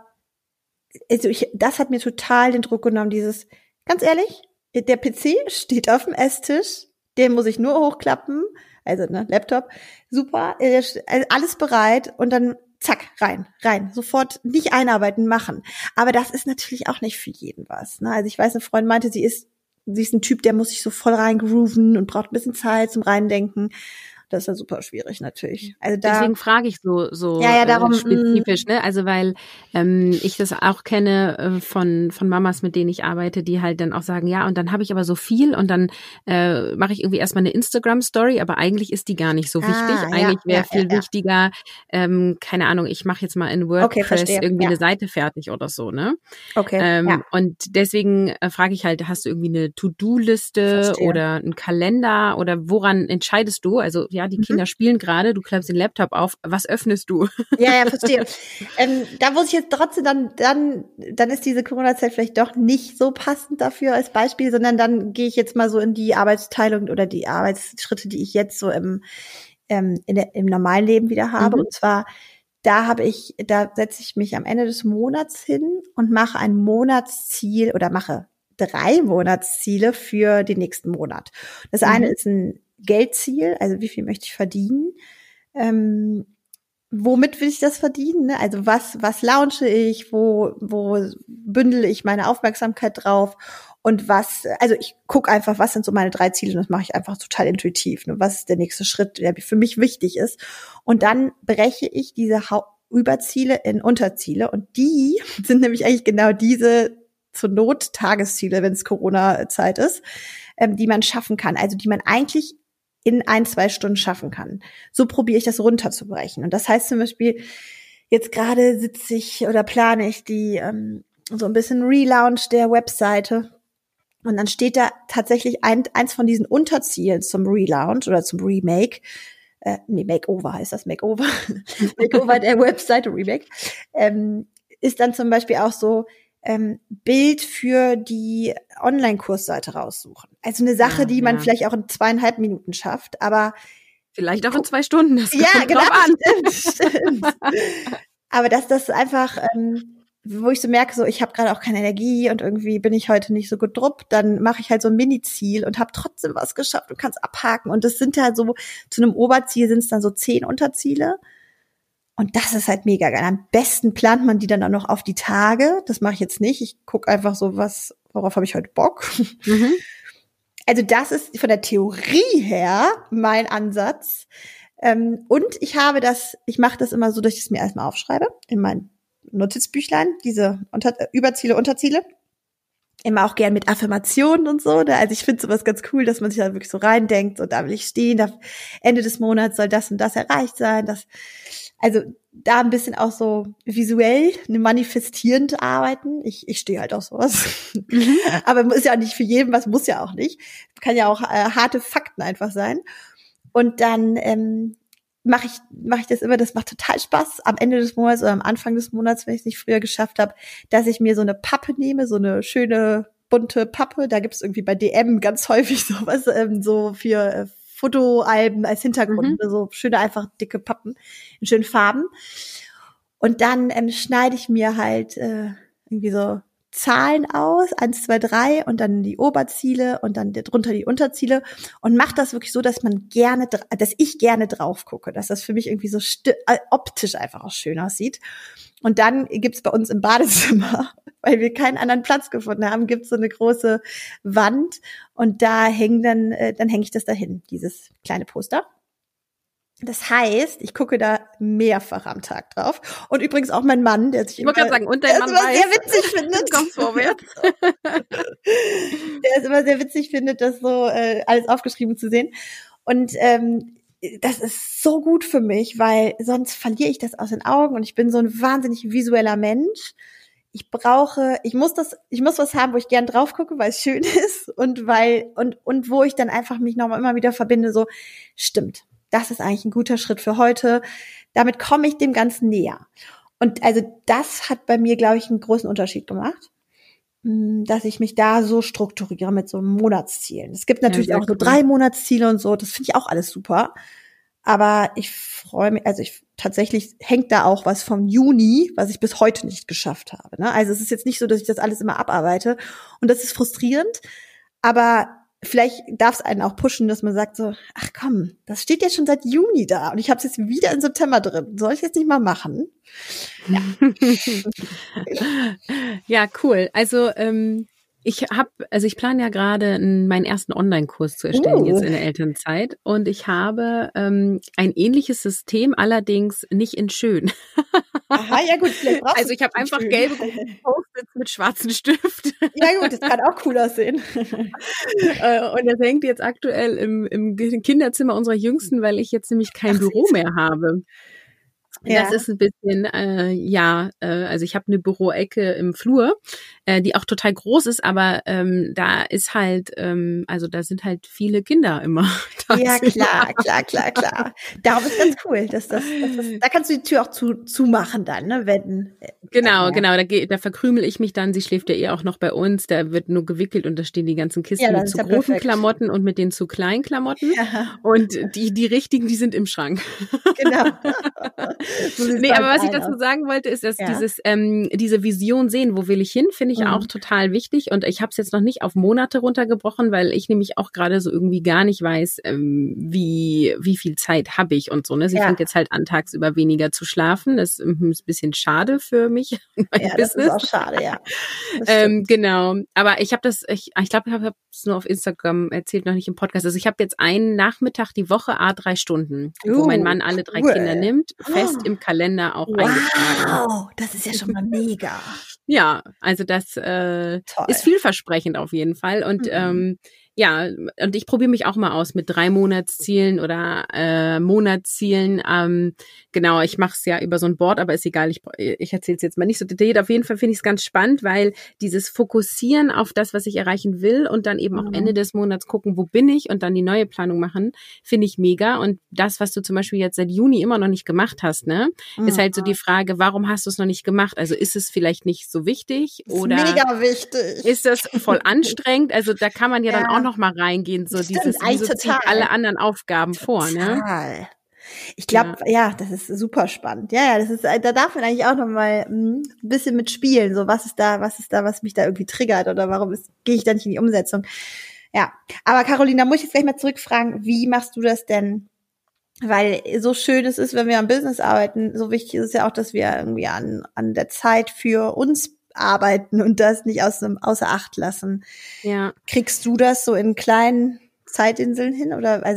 das hat mir total den Druck genommen, ganz ehrlich, der PC steht auf dem Esstisch, den muss ich nur hochklappen, also Laptop, super, alles bereit und dann zack, rein, sofort nicht einarbeiten, machen. Aber das ist natürlich auch nicht für jeden was, ne? Also ich weiß, eine Freundin meinte, sie ist ein Typ, der muss sich so voll reingrooven und braucht ein bisschen Zeit zum Reindenken. Das ist ja super schwierig natürlich. Also deswegen frage ich so darum, spezifisch, ne? Also weil ich das auch kenne von Mamas, mit denen ich arbeite, die halt dann auch sagen, ja, und dann habe ich aber so viel und dann mache ich irgendwie erstmal eine Instagram-Story, aber eigentlich ist die gar nicht so wichtig. Eigentlich wäre viel wichtiger, keine Ahnung, ich mache jetzt mal in WordPress irgendwie eine Seite fertig oder so, ne? Okay. Und deswegen frage ich halt, hast du irgendwie eine To-Do-Liste oder einen Kalender oder woran entscheidest du? Also ja, die Kinder spielen gerade, du klappst den Laptop auf, was öffnest du? Ja, verstehe. Da muss ich jetzt trotzdem dann ist diese Corona-Zeit vielleicht doch nicht so passend dafür als Beispiel, sondern dann gehe ich jetzt mal so in die Arbeitsteilung oder die Arbeitsschritte, die ich jetzt so im normalen Leben wieder habe. Und zwar, da setze ich mich am Ende des Monats hin und mache ein Monatsziel oder mache 3 Monatsziele für den nächsten Monat. Das eine ist ein Geldziel, also wie viel möchte ich verdienen? Womit will ich das verdienen? Ne? Also was launche ich? Wo bündele ich meine Aufmerksamkeit drauf? Und also ich gucke einfach, was sind so meine 3 Ziele, und das mache ich einfach total intuitiv. Ne? Was ist der nächste Schritt, der für mich wichtig ist? Und dann breche ich diese Überziele in Unterziele, und die sind nämlich eigentlich genau diese zur Not Tagesziele, wenn es Corona-Zeit ist, die man schaffen kann, also die man eigentlich in 1-2 Stunden schaffen kann. So probiere ich das runterzubrechen. Und das heißt zum Beispiel, jetzt gerade plane ich die so ein bisschen Relaunch der Webseite. Und dann steht da tatsächlich eins von diesen Unterzielen zum Relaunch oder zum Remake. Makeover heißt das, Makeover. Makeover der Webseite, Remake. Ist dann zum Beispiel auch so, Bild für die Online-Kursseite raussuchen. Also eine Sache, die man vielleicht auch in 2,5 Minuten schafft, aber vielleicht auch in 2 Stunden. Das kommt drauf an. Stimmt. Aber das einfach, wo ich so merke, so ich habe gerade auch keine Energie und irgendwie bin ich heute nicht so gut drauf, dann mache ich halt so ein Mini-Ziel und habe trotzdem was geschafft und kann es abhaken. Und das sind halt so, zu einem Oberziel sind es dann so 10 Unterziele. Und das ist halt mega geil. Am besten plant man die dann auch noch auf die Tage. Das mache ich jetzt nicht. Ich gucke einfach so, worauf habe ich heute Bock. Also das ist von der Theorie her mein Ansatz. Und ich mache das immer so, dass ich es mir erstmal aufschreibe in mein Notizbüchlein, diese Überziele, Unterziele. Immer auch gern mit Affirmationen und so. Also ich finde sowas ganz cool, dass man sich da wirklich so reindenkt, so da will ich stehen, Ende des Monats soll das und das erreicht sein. Also da ein bisschen auch so visuell, manifestierend arbeiten. Ich stehe halt auf sowas. Aber ist ja nicht für jeden, was muss ja auch nicht. Kann ja auch harte Fakten einfach sein. Und dann mache ich das immer, das macht total Spaß, am Ende des Monats oder am Anfang des Monats, wenn ich es nicht früher geschafft habe, dass ich mir so eine Pappe nehme, so eine schöne bunte Pappe. Da gibt es irgendwie bei DM ganz häufig sowas, so für Fotoalben als Hintergrund, so schöne, einfach dicke Pappen in schönen Farben. Und dann schneide ich mir halt irgendwie so Zahlen aus, 1, 2, 3 und dann die Oberziele und dann drunter die Unterziele und mache das wirklich so, dass ich gerne drauf gucke, dass das für mich irgendwie so optisch einfach auch schön aussieht. Und dann gibt's bei uns im Badezimmer, weil wir keinen anderen Platz gefunden haben, gibt's so eine große Wand und da hänge ich das dahin, dieses kleine Poster. Das heißt, ich gucke da mehrfach am Tag drauf. Und übrigens auch mein Mann, der sich sehr witzig findet. Kommst vorwärts. Der es immer sehr witzig findet, das so alles aufgeschrieben zu sehen. Und das ist so gut für mich, weil sonst verliere ich das aus den Augen und ich bin so ein wahnsinnig visueller Mensch. Ich muss was haben, wo ich gern drauf gucke, weil es schön ist und wo ich dann einfach mich nochmal immer wieder verbinde, so, stimmt. Das ist eigentlich ein guter Schritt für heute. Damit komme ich dem Ganzen näher. Und also das hat bei mir, glaube ich, einen großen Unterschied gemacht, dass ich mich da so strukturiere mit so Monatszielen. Es gibt natürlich auch so 3 Monatsziele und so. Das finde ich auch alles super. Aber ich freue mich, tatsächlich hängt da auch was vom Juni, was ich bis heute nicht geschafft habe. Ne? Also es ist jetzt nicht so, dass ich das alles immer abarbeite. Und das ist frustrierend. Aber vielleicht darf es einen auch pushen, dass man sagt so, ach komm, das steht jetzt schon seit Juni da und ich habe es jetzt wieder in September drin. Soll ich jetzt nicht mal machen? Ja, ja, cool. Also Ich plane ja gerade meinen ersten Online-Kurs zu erstellen jetzt in der Elternzeit und ich habe ein ähnliches System, allerdings nicht in schön. Aha, ja gut, vielleicht brauchst Also ich habe einfach gelbe Post-its mit schwarzen Stift. Ja gut, das kann auch cool aussehen. Und das hängt jetzt aktuell im Kinderzimmer unserer Jüngsten, weil ich jetzt nämlich kein Büro mehr habe. Das ist ein bisschen, also ich habe eine Büroecke im Flur, die auch total groß ist, aber da ist halt, also da sind halt viele Kinder immer. Ja, klar. Darum ist ganz cool, da kannst du die Tür auch zumachen dann, ne, wenn. Genau, da verkrümel ich mich dann, sie schläft ja auch noch bei uns, da wird nur gewickelt und da stehen die ganten Kisten mit zu großen Klamotten und mit den zu kleinen Klamotten und die richtigen, die sind im Schrank. Genau. Nee, aber was ich dazu sagen wollte, ist, dass diese Vision sehen, wo will ich hin, finde ich auch total wichtig. Und ich habe es jetzt noch nicht auf Monate runtergebrochen, weil ich nämlich auch gerade so irgendwie gar nicht weiß, wie viel Zeit habe ich und so. Ne? Sie fängt jetzt halt an, tagsüber weniger zu schlafen. Das ist ein bisschen schade für mich und mein Business. Das ist auch schade, ja. Genau. Aber ich glaube, ich habe es nur auf Instagram erzählt, noch nicht im Podcast. Also ich habe jetzt einen Nachmittag die Woche 3 Stunden, wo mein Mann alle 3 Kinder nimmt, fest im Kalender auch eingetragen. Wow, das ist ja schon mal mega. Ja, also das ist vielversprechend auf jeden Fall. Und und ich probiere mich auch mal aus mit 3 Monatszielen oder Monatszielen. Genau, ich mache es ja über so ein Board, aber ist egal, ich erzähle es jetzt mal nicht so detailliert. Auf jeden Fall finde ich es ganz spannend, weil dieses Fokussieren auf das, was ich erreichen will und dann eben auch Ende des Monats gucken, wo bin ich und dann die neue Planung machen, finde ich mega. Und das, was du zum Beispiel jetzt seit Juni immer noch nicht gemacht hast, ne, ist halt so die Frage, warum hast du es noch nicht gemacht? Also ist es vielleicht nicht so wichtig oder ist mega wichtig. Ist das voll anstrengend? Also da kann man ja dann auch noch mal reingehen, so dieses, wieso zieht alle anderen Aufgaben vor, ne? Ich glaube, das ist super spannend. Ja, das ist, da darf man eigentlich auch noch mal ein bisschen mitspielen. So, was ist da, was mich da irgendwie triggert oder warum gehe ich da nicht in die Umsetzung? Ja, aber Caroline, da muss ich jetzt gleich mal zurückfragen, wie machst du das denn? Weil so schön es ist, wenn wir am Business arbeiten, so wichtig ist es ja auch, dass wir irgendwie an der Zeit für uns arbeiten und das nicht außer Acht lassen. Ja. Kriegst du das so in kleinen Zeitinseln hin oder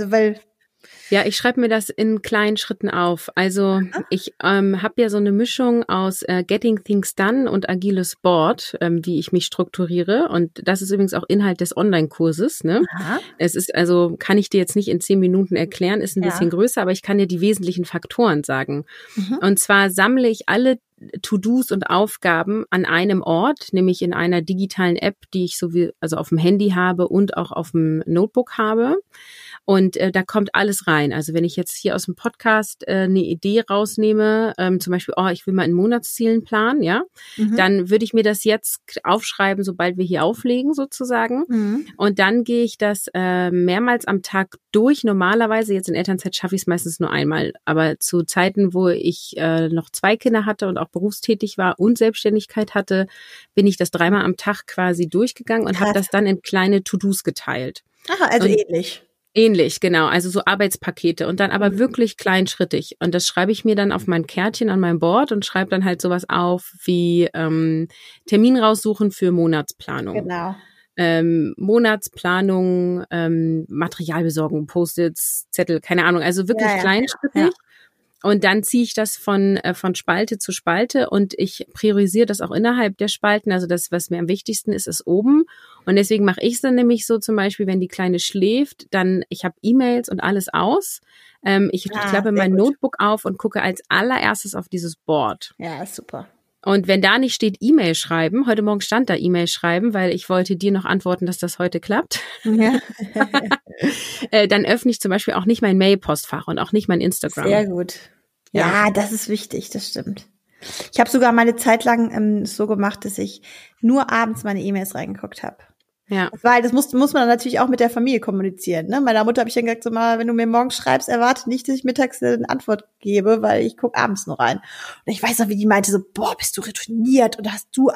Ja, ich schreibe mir das in kleinen Schritten auf. Also ich habe ja so eine Mischung aus Getting Things Done und agiles Board, wie ich mich strukturiere. Und das ist übrigens auch Inhalt des Online-Kurses. Ne? Es ist also, kann ich dir jetzt nicht in 10 Minuten erklären, ist ein bisschen größer, aber ich kann dir die wesentlichen Faktoren sagen. Und zwar sammle ich alle To-Dos und Aufgaben an einem Ort, nämlich in einer digitalen App, die ich also auf dem Handy habe und auch auf dem Notebook habe. Und da kommt alles rein. Also wenn ich jetzt hier aus dem Podcast eine Idee rausnehme, zum Beispiel, ich will mal in Monatszielen planen, ja, dann würde ich mir das jetzt aufschreiben, sobald wir hier auflegen sozusagen. Und dann gehe ich das mehrmals am Tag durch. Normalerweise, jetzt in Elternzeit schaffe ich es meistens nur einmal. Aber zu Zeiten, wo ich noch 2 Kinder hatte und auch berufstätig war und Selbstständigkeit hatte, bin ich das 3-mal am Tag quasi durchgegangen und habe das dann in kleine To-Dos geteilt. Aha, also ähnlich. Ähnlich, genau. Also so Arbeitspakete und dann aber wirklich kleinschrittig. Und das schreibe ich mir dann auf mein Kärtchen an meinem Board und schreibe dann halt sowas auf wie Termin raussuchen für Monatsplanung. Genau. Monatsplanung, Materialbesorgung, Post-its, Zettel, keine Ahnung. Also wirklich kleinschrittig. Ja. Und dann ziehe ich das von Spalte zu Spalte und ich priorisiere das auch innerhalb der Spalten. Also das, was mir am wichtigsten ist, ist oben. Und deswegen mache ich es dann nämlich so zum Beispiel, wenn die Kleine schläft, dann, ich habe E-Mails und alles aus. Ich klappe mein Notebook auf und gucke als allererstes auf dieses Board. Ja, super. Und wenn da nicht steht E-Mail schreiben, heute Morgen stand da E-Mail schreiben, weil ich wollte dir noch antworten, dass das heute klappt. Ja. Dann öffne ich zum Beispiel auch nicht mein Mail-Postfach und auch nicht mein Instagram. Sehr gut. Ja, das ist wichtig, das stimmt. Ich habe sogar mal eine Zeit lang so gemacht, dass ich nur abends meine E-Mails reingeguckt habe. Ja. Weil das muss man dann natürlich auch mit der Familie kommunizieren. Ne? Meiner Mutter habe ich dann gesagt, so mal, wenn du mir morgens schreibst, erwarte nicht, dass ich mittags eine Antwort gebe, weil ich gucke abends nur rein. Und ich weiß noch, wie die meinte so, boah, bist du routiniert oder hast du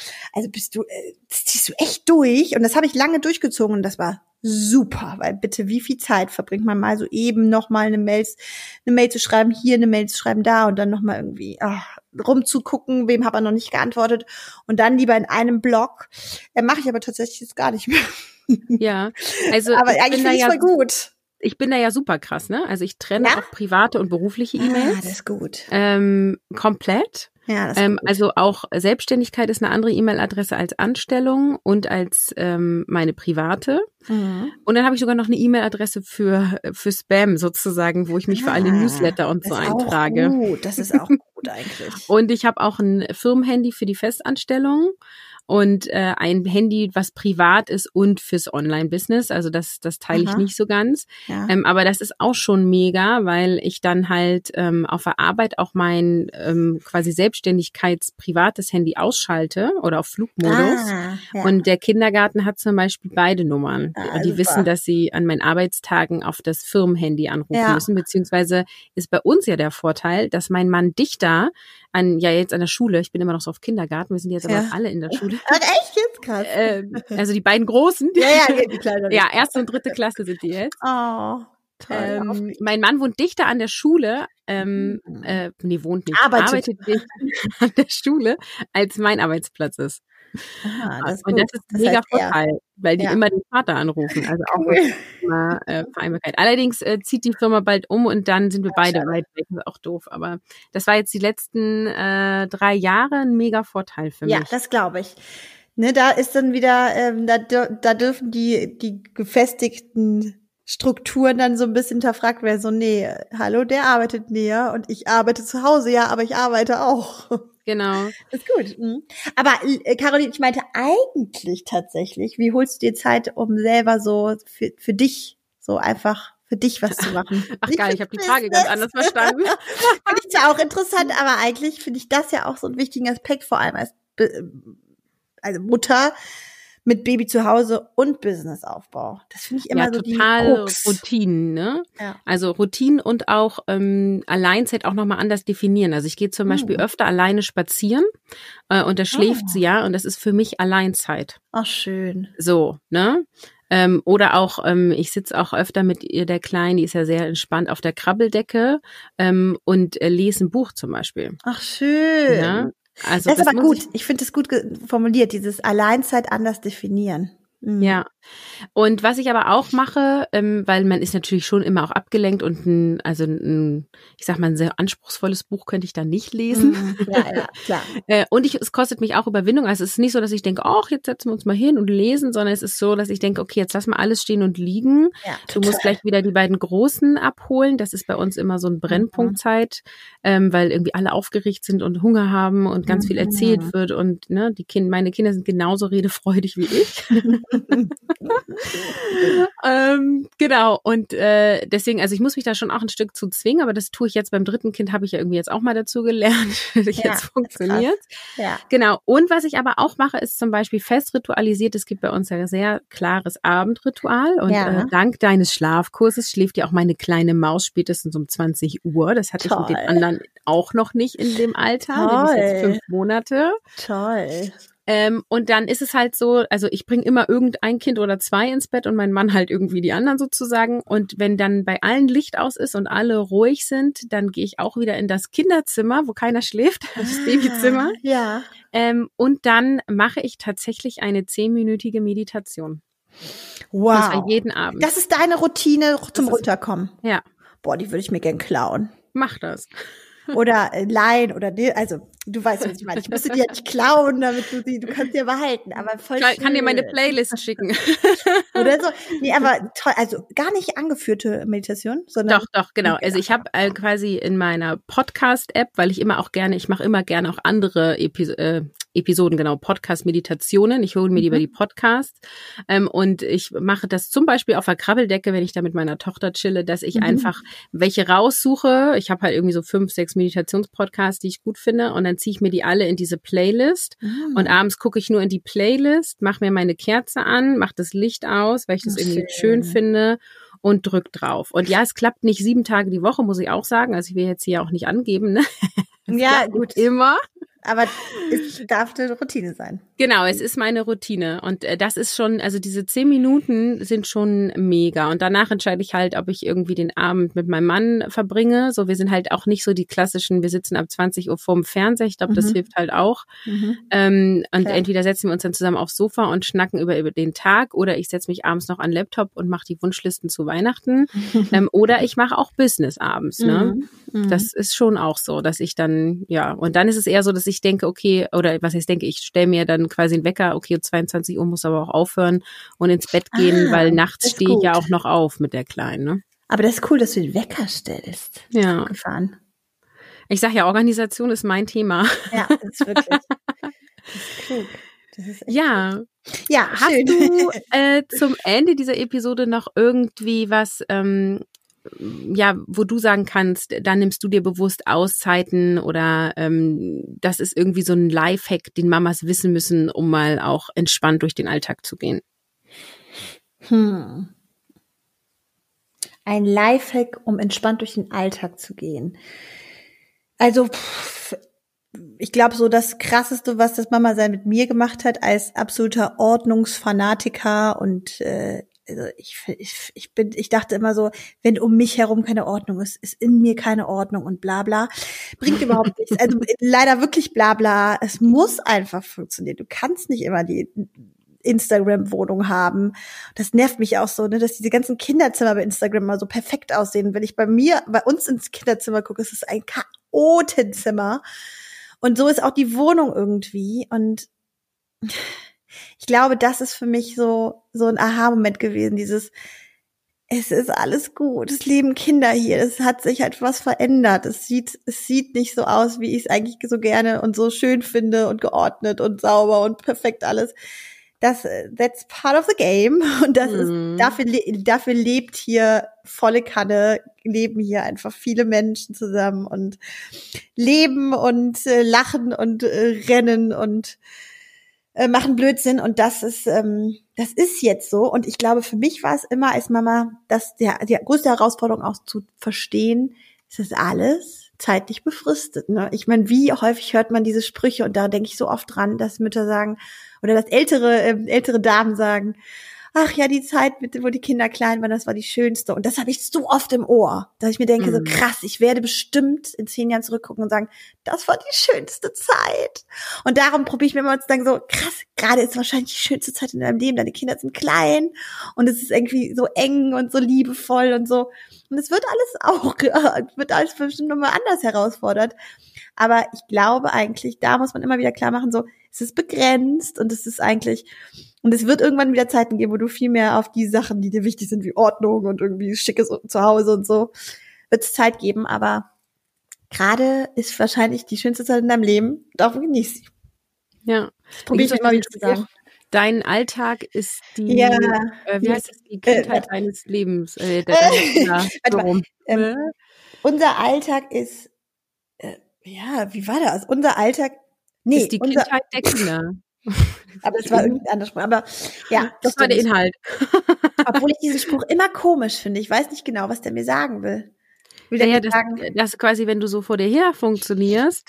das ziehst du echt durch. Und das habe ich lange durchgezogen und das war super, weil bitte, wie viel Zeit verbringt man mal so eben noch mal eine Mail zu schreiben, hier eine Mail zu schreiben, da und dann noch mal irgendwie rumzugucken, wem habe er noch nicht geantwortet und dann lieber in einem Blog. Mache ich aber tatsächlich jetzt gar nicht mehr. Ja, also aber eigentlich finde ich voll gut. Ich bin da ja super krass, ne? Also ich trenne auch private und berufliche E-Mails. Das ist gut. Komplett. Ja, das ist gut. Also auch Selbstständigkeit ist eine andere E-Mail-Adresse als Anstellung und als meine private. Mhm. Und dann habe ich sogar noch eine E-Mail-Adresse für Spam sozusagen, wo ich mich für alle Newsletter und so eintrage. Das ist auch gut eigentlich. Und ich habe auch ein Firmenhandy für die Festanstellung. Und ein Handy, was privat ist und fürs Online-Business. Also das teile ich nicht so ganz. Ja. Aber das ist auch schon mega, weil ich dann halt auf der Arbeit auch mein quasi Selbstständigkeits-privates Handy ausschalte oder auf Flugmodus. Ja. Und der Kindergarten hat zum Beispiel beide Nummern. Die super. Wissen, dass sie an meinen Arbeitstagen auf das Firmenhandy anrufen müssen. Beziehungsweise ist bei uns ja der Vorteil, dass mein Mann dichter jetzt an der Schule, ich bin immer noch so auf Kindergarten, wir sind jetzt aber alle in der Schule. Ach echt jetzt? Krass. Also die beiden Großen. Die Kleinen. Ja, 1. und 3. Klasse sind die jetzt. Oh, toll. Mein Mann wohnt dichter an der Schule, wohnt nicht, arbeitet dichter an der Schule, als mein Arbeitsplatz ist. Aha, das ist und gut. das ist ein mega Vorteil, weil die immer den Vater anrufen. Also auch immer Vereinbarkeit. Allerdings zieht die Firma bald um und dann sind wir beide weit weg. Das ist auch doof. Aber das war jetzt die letzten 3 Jahre ein mega Vorteil für mich. Ja, das glaube ich. Ne, da ist dann wieder, da dürfen die gefestigten Strukturen dann so ein bisschen hinterfragt werden. So, nee, hallo, der arbeitet näher und ich arbeite zu Hause, ja, aber ich arbeite auch. Genau. Das ist gut. Aber Caroline, ich meinte eigentlich tatsächlich, wie holst du dir Zeit, um selber so für dich, so einfach für dich was zu machen? Ach geil, ich habe die Frage ganz anders verstanden. Finde ich zwar auch interessant, aber eigentlich finde ich das ja auch so einen wichtigen Aspekt, vor allem als Mutter mit Baby zu Hause und Businessaufbau. Das finde ich immer so total die Routinen, ne? Ja. Also Routinen und auch Alleinzeit auch nochmal anders definieren. Also ich gehe zum Beispiel öfter alleine spazieren und da schläft sie ja und das ist für mich Alleinzeit. Ach, schön. So, ne? Oder auch, ich sitze auch öfter mit ihr, der Kleinen, die ist ja sehr entspannt auf der Krabbeldecke und lese ein Buch zum Beispiel. Ach, schön. Ja? Also das ist aber gut. Ich finde es gut formuliert, dieses Alleinzeit anders definieren. Mhm. Ja. Und was ich aber auch mache, weil man ist natürlich schon immer auch abgelenkt und ein sehr anspruchsvolles Buch könnte ich da nicht lesen. Ja, klar. Und es kostet mich auch Überwindung. Also es ist nicht so, dass ich denke, jetzt setzen wir uns mal hin und lesen, sondern es ist so, dass ich denke, okay, jetzt lass mal alles stehen und liegen. Ja, du musst gleich wieder die beiden Großen abholen. Das ist bei uns immer so ein Brennpunktzeit, weil irgendwie alle aufgeregt sind und Hunger haben und ganz viel erzählt wird und ne, meine Kinder sind genauso redefreudig wie ich. Genau, und deswegen, also ich muss mich da schon auch ein Stück zu zwingen, aber das tue ich jetzt beim 3. Kind, habe ich ja irgendwie jetzt auch mal dazu gelernt. Jetzt funktioniert. Ja. Genau, und was ich aber auch mache, ist zum Beispiel fest ritualisiert, es gibt bei uns ja ein sehr klares Abendritual und dank deines Schlafkurses schläft ja auch meine kleine Maus spätestens um 20 Uhr. Das hatte ich mit den anderen auch noch nicht in dem Alter. Die ist jetzt 5 Monate. Toll. Und dann ist es halt so, also ich bringe immer irgendein Kind oder 2 ins Bett und mein Mann halt irgendwie die anderen sozusagen. Und wenn dann bei allen Licht aus ist und alle ruhig sind, dann gehe ich auch wieder in das Kinderzimmer, wo keiner schläft, das Babyzimmer. Ja. Und dann mache ich tatsächlich eine 10-minütige Meditation. Wow. Und zwar jeden Abend. Das ist deine Routine zum Runterkommen? Ja. Boah, die würde ich mir gern klauen. Mach das. Oder leihen oder also du weißt, was ich meine. Ich müsste die ja nicht klauen, damit du kannst die ja behalten, aber voll schön. Ich kann dir meine Playlist schicken. Oder so. Nee, aber toll, also gar nicht angeführte Meditation, sondern Doch, genau. Also ich habe quasi in meiner Podcast-App, weil ich mache immer gerne auch andere Episoden, genau, Podcast-Meditationen. Ich hole mir die über die Podcasts und ich mache das zum Beispiel auf der Krabbeldecke, wenn ich da mit meiner Tochter chille, dass ich einfach welche raussuche. Ich habe halt irgendwie so 5, 6 Meditationspodcasts, die ich gut finde und dann ziehe ich mir die alle in diese Playlist und abends gucke ich nur in die Playlist, mache mir meine Kerze an, mache das Licht aus, weil ich das irgendwie schön finde und drück drauf. Und ja, es klappt nicht 7 Tage die Woche, muss ich auch sagen. Also ich will jetzt hier auch nicht angeben, ne? Ja, gut. Immer. aber es darf eine Routine sein. Genau, es ist meine Routine und das ist schon, also diese 10 Minuten sind schon mega und danach entscheide ich halt, ob ich irgendwie den Abend mit meinem Mann verbringe. So, wir sind halt auch nicht so die klassischen, wir sitzen ab 20 Uhr vorm Fernseher, ich glaube, das hilft halt auch. Und entweder setzen wir uns dann zusammen aufs Sofa und schnacken über den Tag oder ich setze mich abends noch an den Laptop und mache die Wunschlisten zu Weihnachten oder ich mache auch Business abends, ne? Das ist schon auch so, dass ich dann, ja, und dann ist es eher so, dass ich denke, okay, oder was ich denke, ich stelle mir dann quasi einen Wecker, okay, um 22 Uhr muss aber auch aufhören und ins Bett gehen, weil nachts stehe ich ja auch noch auf mit der Kleinen, ne? Aber das ist cool, dass du den Wecker stellst. Ja. Gefahren. Ich sag ja, Organisation ist mein Thema. Ja, das ist wirklich. Das ist klug. Das ist echt gut. Ja, hast schön. du zum Ende dieser Episode noch irgendwie was, wo du sagen kannst, da nimmst du dir bewusst Auszeiten oder das ist irgendwie so ein Lifehack, den Mamas wissen müssen, um mal auch entspannt durch den Alltag zu gehen? Ein Lifehack, um entspannt durch den Alltag zu gehen. Also, ich glaube, so das Krasseste, was das Mama-Sein mit mir gemacht hat, als absoluter Ordnungsfanatiker und also ich dachte immer so, wenn um mich herum keine Ordnung ist, ist in mir keine Ordnung und bla bla. Bringt überhaupt nichts. Also leider wirklich bla bla. Es muss einfach funktionieren. Du kannst nicht immer die Instagram-Wohnung haben. Das nervt mich auch so, ne, dass diese ganzen Kinderzimmer bei Instagram mal so perfekt aussehen. Wenn ich bei uns ins Kinderzimmer gucke, ist es ein Chaotenzimmer. Und so ist auch die Wohnung irgendwie. Und ich glaube, das ist für mich so ein Aha-Moment gewesen, es ist alles gut, es leben Kinder hier, es hat sich halt was verändert, es sieht nicht so aus, wie ich es eigentlich so gerne und so schön finde und geordnet und sauber und perfekt alles. That's part of the game und das ist, dafür lebt hier volle Kanne, leben hier einfach viele Menschen zusammen und leben und lachen und rennen und machen Blödsinn und das ist jetzt so und ich glaube, für mich war es immer als Mama, die größte Herausforderung auch zu verstehen, ist das alles zeitlich befristet. Ne? Ich meine, wie häufig hört man diese Sprüche und da denke ich so oft dran, dass Mütter sagen oder dass ältere Damen sagen, ach ja, die Zeit, wo die Kinder klein waren, das war die schönste. Und das habe ich so oft im Ohr, dass ich mir denke, so krass, ich werde bestimmt in 10 Jahren zurückgucken und sagen, das war die schönste Zeit. Und darum probiere ich mir immer zu sagen, so krass, gerade ist wahrscheinlich die schönste Zeit in deinem Leben. Deine Kinder sind klein und es ist irgendwie so eng und so liebevoll und so. Und es wird alles bestimmt nochmal anders herausfordert. Aber ich glaube eigentlich, da muss man immer wieder klar machen, so, es ist begrenzt und es ist eigentlich, und es wird irgendwann wieder Zeiten geben, wo du viel mehr auf die Sachen, die dir wichtig sind, wie Ordnung und irgendwie schickes Zuhause und so, wird es Zeit geben. Aber gerade ist wahrscheinlich die schönste Zeit in deinem Leben. Darum genieß sie. Ja. Probier ich immer wieder zu sagen. Dein Alltag ist die, wie heißt das, die Kindheit deines Lebens. Unser Alltag ist, wie war das? Unser Alltag, ist die Kindheit der Kinder. Aber es war irgendwie anders. Aber ja, das war der Inhalt. Obwohl ich diesen Spruch immer komisch finde. Ich weiß nicht genau, was der mir sagen will. Das quasi, wenn du so vor dir her funktionierst,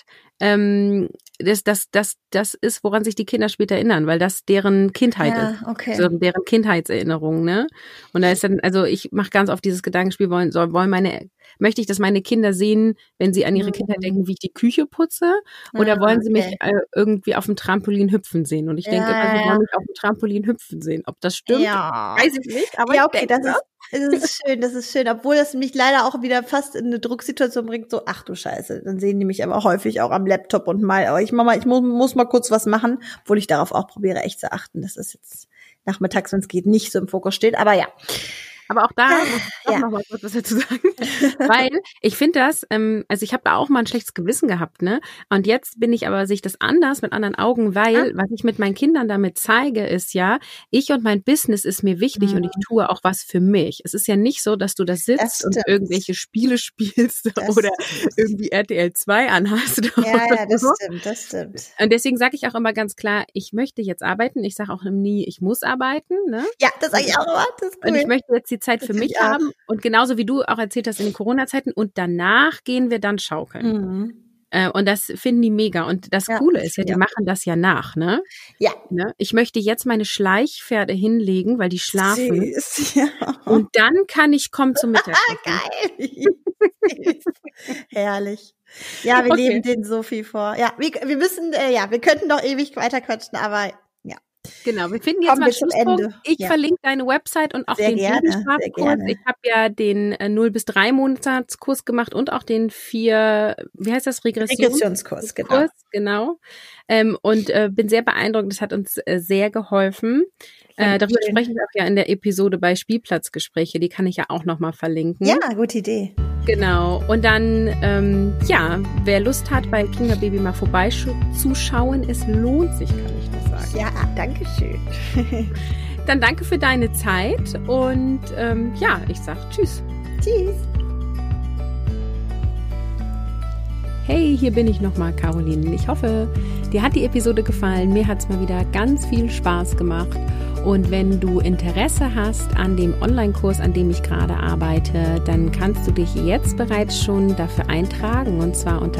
das ist, woran sich die Kinder später erinnern, weil das deren Kindheit ist. Okay. So deren Kindheitserinnerung, ne? Und da ist dann, also ich mache ganz oft dieses Gedankenspiel, möchte ich, dass meine Kinder sehen, wenn sie an ihre Kindheit denken, wie ich die Küche putze? Oder wollen sie mich irgendwie auf dem Trampolin hüpfen sehen? Und ich denke immer, sie wollen mich auf dem Trampolin hüpfen sehen. Ob das stimmt, weiß ich nicht. Aber ja, okay, das ist schön. Obwohl das mich leider auch wieder fast in eine Drucksituation bringt, so, ach du Scheiße. Dann sehen die mich aber häufig auch am Laptop und aber ich muss mal kurz was machen, obwohl ich darauf auch probiere, echt zu achten, dass das jetzt nachmittags, wenn es geht, nicht so im Fokus steht. Aber ja. Aber auch da muss ich auch noch mal kurz was dazu sagen. Weil ich finde das, also ich habe da auch mal ein schlechtes Gewissen gehabt, ne? Und jetzt bin ich aber, sehe ich das anders mit anderen Augen, weil was ich mit meinen Kindern damit zeige, ist ja, ich und mein Business ist mir wichtig und ich tue auch was für mich. Es ist ja nicht so, dass du da sitzt und irgendwelche Spiele spielst oder irgendwie RTL 2 anhast. Ja, das stimmt. Und deswegen sage ich auch immer ganz klar, ich möchte jetzt arbeiten. Ich sage auch nie, ich muss arbeiten, ne? Ja, das sage ich auch immer. Das ist cool. Und ich möchte jetzt die Zeit für mich haben und genauso wie du auch erzählt hast in den Corona-Zeiten und danach gehen wir dann schaukeln. Und das finden die mega. Und das Coole ist ja, die machen das ja nach, ne? Ja. Ne? Ich möchte jetzt meine Schleichpferde hinlegen, weil die schlafen. Süß, ja. Und dann kann ich kommen zum Mittagessen. Geil. Herrlich. Ja, wir leben denen so viel vor. Ja, wir müssen, wir könnten noch ewig weiter quatschen, aber ja. Genau, wir finden jetzt mal Schlusspunkt. Ich verlinke deine Website und auch den Babysprachkurs. Ich habe ja den 0 bis 3 Monatskurs gemacht und auch den 4, wie heißt das, Regressionskurs, genau. Und bin sehr beeindruckt. Das hat uns sehr geholfen. Darüber sprechen wir auch ja in der Episode bei Spielplatzgespräche. Die kann ich ja auch nochmal verlinken. Ja, gute Idee. Genau. Und dann, wer Lust hat, bei Kinderbaby mal vorbeizuschauen, es lohnt sich, kann ich nur sagen. Ja, danke schön. Dann danke für deine Zeit und ich sag Tschüss. Tschüss. Hey, hier bin ich nochmal, Caroline. Ich hoffe, dir hat die Episode gefallen. Mir hat es mal wieder ganz viel Spaß gemacht. Und wenn du Interesse hast an dem Online-Kurs, an dem ich gerade arbeite, dann kannst du dich jetzt bereits schon dafür eintragen, und zwar unter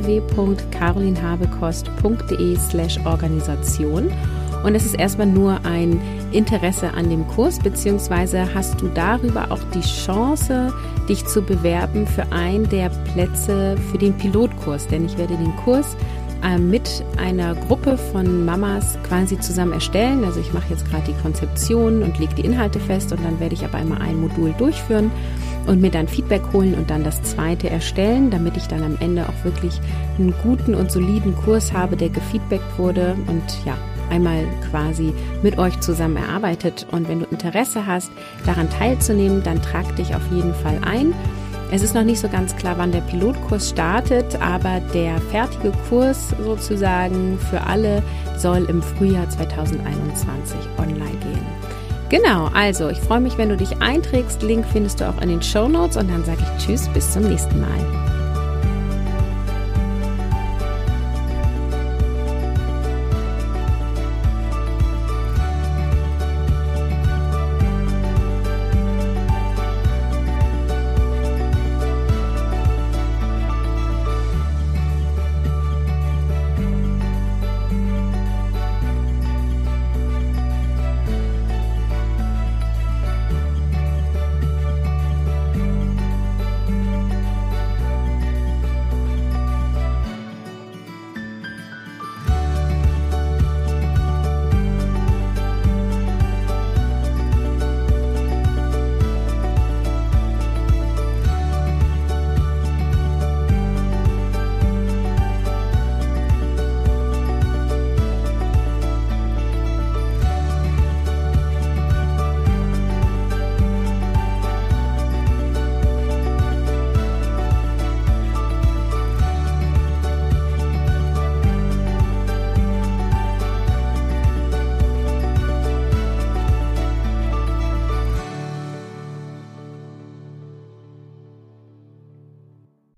www.carolinhabekost.de/Organisation. Und es ist erstmal nur ein Interesse an dem Kurs, beziehungsweise hast du darüber auch die Chance, dich zu bewerben für einen der Plätze für den Pilotkurs. Denn ich werde den Kurs mit einer Gruppe von Mamas quasi zusammen erstellen. Also ich mache jetzt gerade die Konzeption und lege die Inhalte fest und dann werde ich aber einmal ein Modul durchführen und mir dann Feedback holen und dann das zweite erstellen, damit ich dann am Ende auch wirklich einen guten und soliden Kurs habe, der gefeedbackt wurde und einmal quasi mit euch zusammen erarbeitet. Und wenn du Interesse hast, daran teilzunehmen, dann trag dich auf jeden Fall ein. Es ist noch nicht so ganz klar, wann der Pilotkurs startet, aber der fertige Kurs sozusagen für alle soll im Frühjahr 2021 online gehen. Genau, also ich freue mich, wenn du dich einträgst. Link findest du auch in den Shownotes und dann sage ich Tschüss, bis zum nächsten Mal.